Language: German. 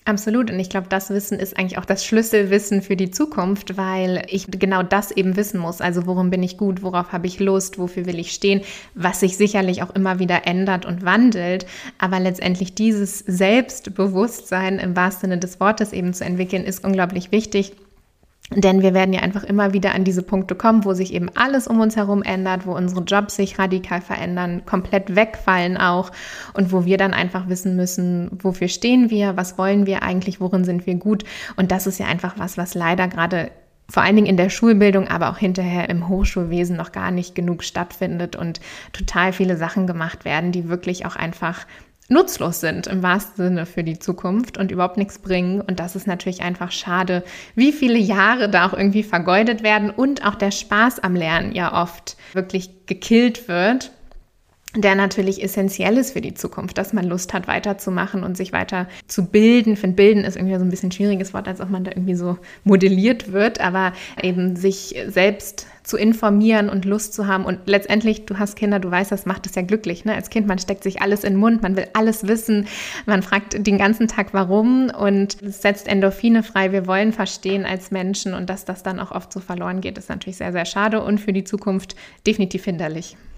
Absolut. Und ich glaube, das Wissen ist eigentlich auch das Schlüsselwissen für die Zukunft, weil ich genau das eben wissen muss. Also worin bin ich gut, worauf habe ich Lust, wofür will ich stehen, was sich sicherlich auch immer wieder ändert und wandelt. Aber letztendlich dieses Selbstbewusstsein im wahrsten Sinne des Wortes eben zu entwickeln, ist unglaublich wichtig. Denn wir werden ja einfach immer wieder an diese Punkte kommen, wo sich eben alles um uns herum ändert, wo unsere Jobs sich radikal verändern, komplett wegfallen auch und wo wir dann einfach wissen müssen, wofür stehen wir, was wollen wir eigentlich, worin sind wir gut. Und das ist ja einfach was leider gerade vor allen Dingen in der Schulbildung, aber auch hinterher im Hochschulwesen noch gar nicht genug stattfindet und total viele Sachen gemacht werden, die wirklich auch einfach nutzlos sind im wahrsten Sinne für die Zukunft und überhaupt nichts bringen. Und das ist natürlich einfach schade, wie viele Jahre da auch irgendwie vergeudet werden und auch der Spaß am Lernen ja oft wirklich gekillt wird, der natürlich essentiell ist für die Zukunft, dass man Lust hat, weiterzumachen und sich weiter zu bilden. Ich finde, bilden ist irgendwie so ein bisschen ein schwieriges Wort, als ob man da irgendwie so modelliert wird, aber eben sich selbst zu informieren und Lust zu haben. Und letztendlich, du hast Kinder, du weißt, das macht es ja glücklich. Ne? Als Kind, man steckt sich alles in den Mund, man will alles wissen, man fragt den ganzen Tag, warum, und es setzt Endorphine frei. Wir wollen verstehen als Menschen, und dass das dann auch oft so verloren geht, ist natürlich sehr, sehr schade und für die Zukunft definitiv hinderlich.